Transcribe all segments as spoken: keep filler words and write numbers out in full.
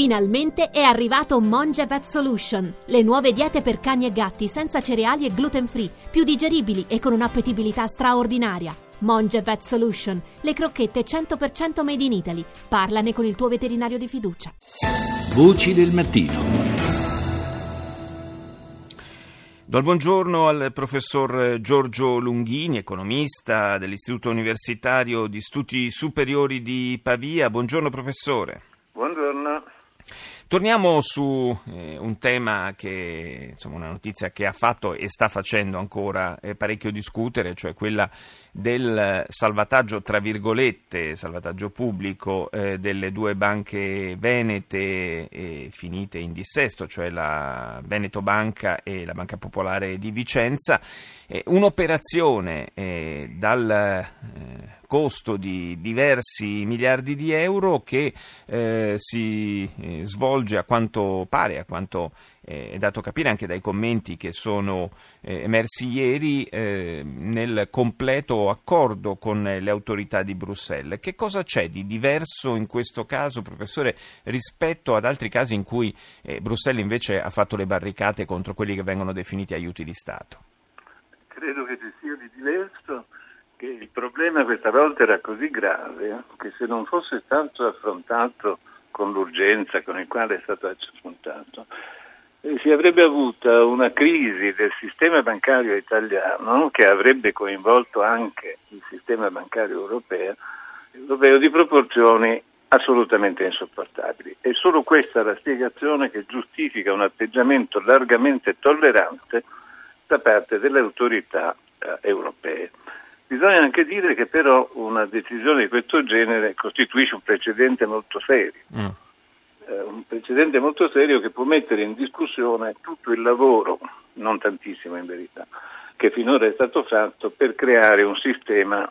Finalmente è arrivato Monge Vet Solution, le nuove diete per cani e gatti senza cereali e gluten free, più digeribili e con un'appetibilità straordinaria. Monge Vet Solution, le crocchette cento per cento made in Italy. Parlane con il tuo veterinario di fiducia. Voci del mattino. Do il buongiorno al professor Giorgio Lunghini, economista dell'Istituto Universitario di Studi Superiori di Pavia. Buongiorno professore. Buongiorno. Torniamo su eh, un tema che, insomma, una notizia che ha fatto e sta facendo ancora eh, parecchio discutere, cioè quella del salvataggio, tra virgolette, salvataggio pubblico eh, delle due banche venete eh, finite in dissesto, cioè la Veneto Banca e la Banca Popolare di Vicenza. Eh, un'operazione eh, dal eh, costo di diversi miliardi di euro che eh, si eh, svolge a quanto pare, a quanto eh, è dato capire anche dai commenti che sono eh, emersi ieri, eh, nel completo accordo con le autorità di Bruxelles. Che cosa c'è di diverso in questo caso, professore, rispetto ad altri casi in cui eh, Bruxelles invece ha fatto le barricate contro quelli che vengono definiti aiuti di Stato? Credo che ci sia di diverso che il problema questa volta era così grave che se non fosse stato affrontato con l'urgenza con il quale è stato affrontato, eh, si avrebbe avuta una crisi del sistema bancario italiano che avrebbe coinvolto anche il sistema bancario europeo, europeo di proporzioni assolutamente insopportabili. È solo questa la spiegazione che giustifica un atteggiamento largamente tollerante da parte delle autorità eh, europee. Bisogna anche dire che però una decisione di questo genere costituisce un precedente molto serio, mm. eh, un precedente molto serio che può mettere in discussione tutto il lavoro, non tantissimo in verità, che finora è stato fatto per creare un sistema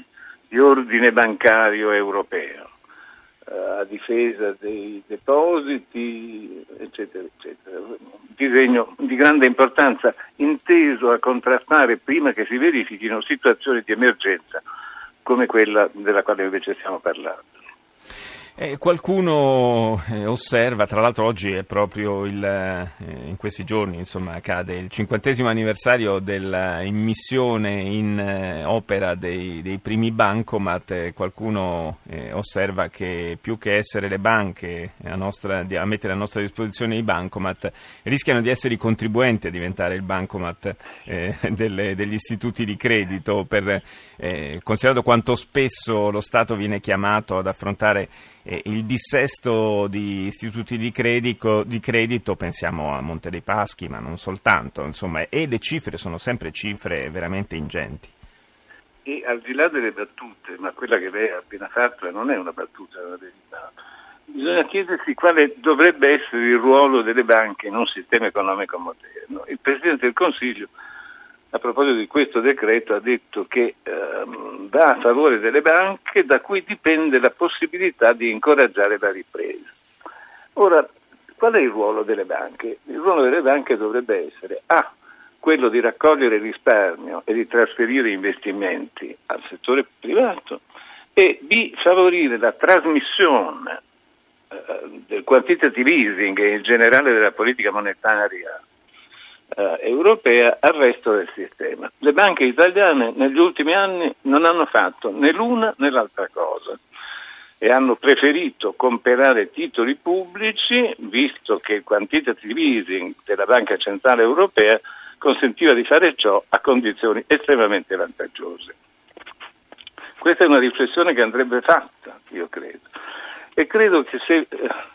di ordine bancario europeo, eh, a difesa dei depositi, eccetera, eccetera. Un disegno di grande importanza inteso a contrastare prima che si verifichino situazioni di emergenza come quella della quale invece stiamo parlando. Eh, qualcuno eh, osserva, tra l'altro oggi è proprio il, eh, in questi giorni insomma accade il cinquantesimo anniversario dell'immissione in eh, opera dei, dei primi bancomat. Eh, qualcuno eh, osserva che più che essere le banche a, nostra, a mettere a nostra disposizione i bancomat, rischiano di essere i contribuenti a diventare il bancomat eh, delle, degli istituti di credito, per, eh, considerato quanto spesso lo Stato viene chiamato ad affrontare Eh, il dissesto di istituti di credito, di credito, pensiamo a Monte dei Paschi, ma non soltanto, insomma, e le cifre sono sempre cifre veramente ingenti. E al di là delle battute, ma quella che lei ha appena fatto non è una battuta, è una verità, bisogna chiedersi quale dovrebbe essere il ruolo delle banche in un sistema economico moderno. Il Presidente del Consiglio, a proposito di questo decreto, ha detto che ehm, va a favore delle banche, da cui dipende la possibilità di incoraggiare la ripresa. Ora, qual è il ruolo delle banche? Il ruolo delle banche dovrebbe essere A, quello di raccogliere risparmio e di trasferire investimenti al settore privato, e B, favorire la trasmissione eh, del quantitative easing e in generale della politica monetaria Uh, europea al resto del sistema. Le banche italiane negli ultimi anni non hanno fatto né l'una né l'altra cosa e hanno preferito comprare titoli pubblici, visto che il quantitative easing della Banca Centrale Europea consentiva di fare ciò a condizioni estremamente vantaggiose. Questa è una riflessione che andrebbe fatta, io credo, e credo che se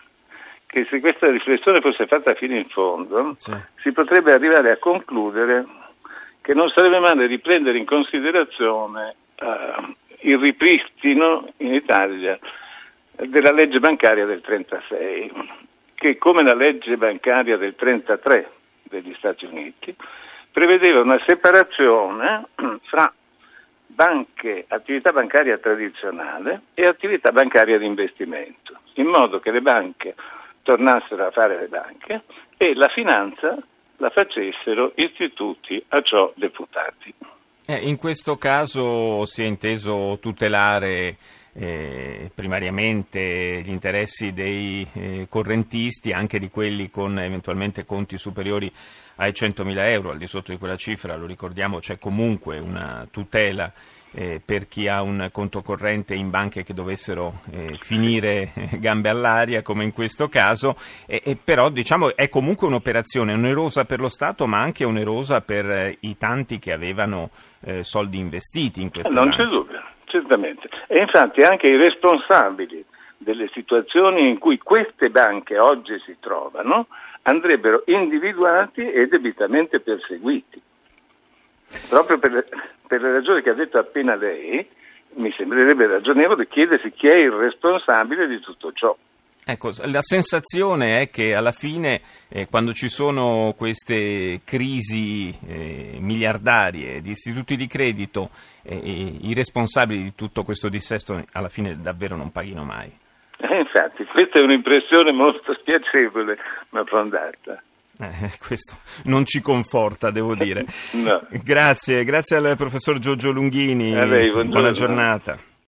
che se questa riflessione fosse fatta fino in fondo, sì, si potrebbe arrivare a concludere che non sarebbe male riprendere in considerazione uh, il ripristino in Italia della legge bancaria del trentasei, che come la legge bancaria del trentatré degli Stati Uniti prevedeva una separazione fra banche, attività bancaria tradizionale e attività bancaria di investimento, in modo che le banche tornassero a fare le banche e la finanza la facessero istituti a ciò deputati. Eh, in questo caso si è inteso tutelare eh, primariamente gli interessi dei eh, correntisti, anche di quelli con eventualmente conti superiori ai centomila euro. Al di sotto di quella cifra, lo ricordiamo, c'è comunque una tutela Eh, per chi ha un conto corrente in banche che dovessero eh, finire eh, gambe all'aria, come in questo caso, e, e però diciamo è comunque un'operazione onerosa per lo Stato, ma anche onerosa per eh, i tanti che avevano eh, soldi investiti in queste non banche. Non c'è dubbio, certamente. E infatti anche i responsabili delle situazioni in cui queste banche oggi si trovano andrebbero individuati e debitamente perseguiti. Proprio per le, per le ragioni che ha detto appena lei, mi sembrerebbe ragionevole chiedersi chi è il responsabile di tutto ciò. Ecco, la sensazione è che alla fine, eh, quando ci sono queste crisi eh, miliardarie di istituti di credito, eh, i responsabili di tutto questo dissesto alla fine davvero non paghino mai. Eh, infatti, questa è un'impressione molto spiacevole, ma fondata. Eh, questo non ci conforta, devo dire. No. Grazie, grazie al professor Giorgio Lunghini. A lei, buongiorno. Buona giornata.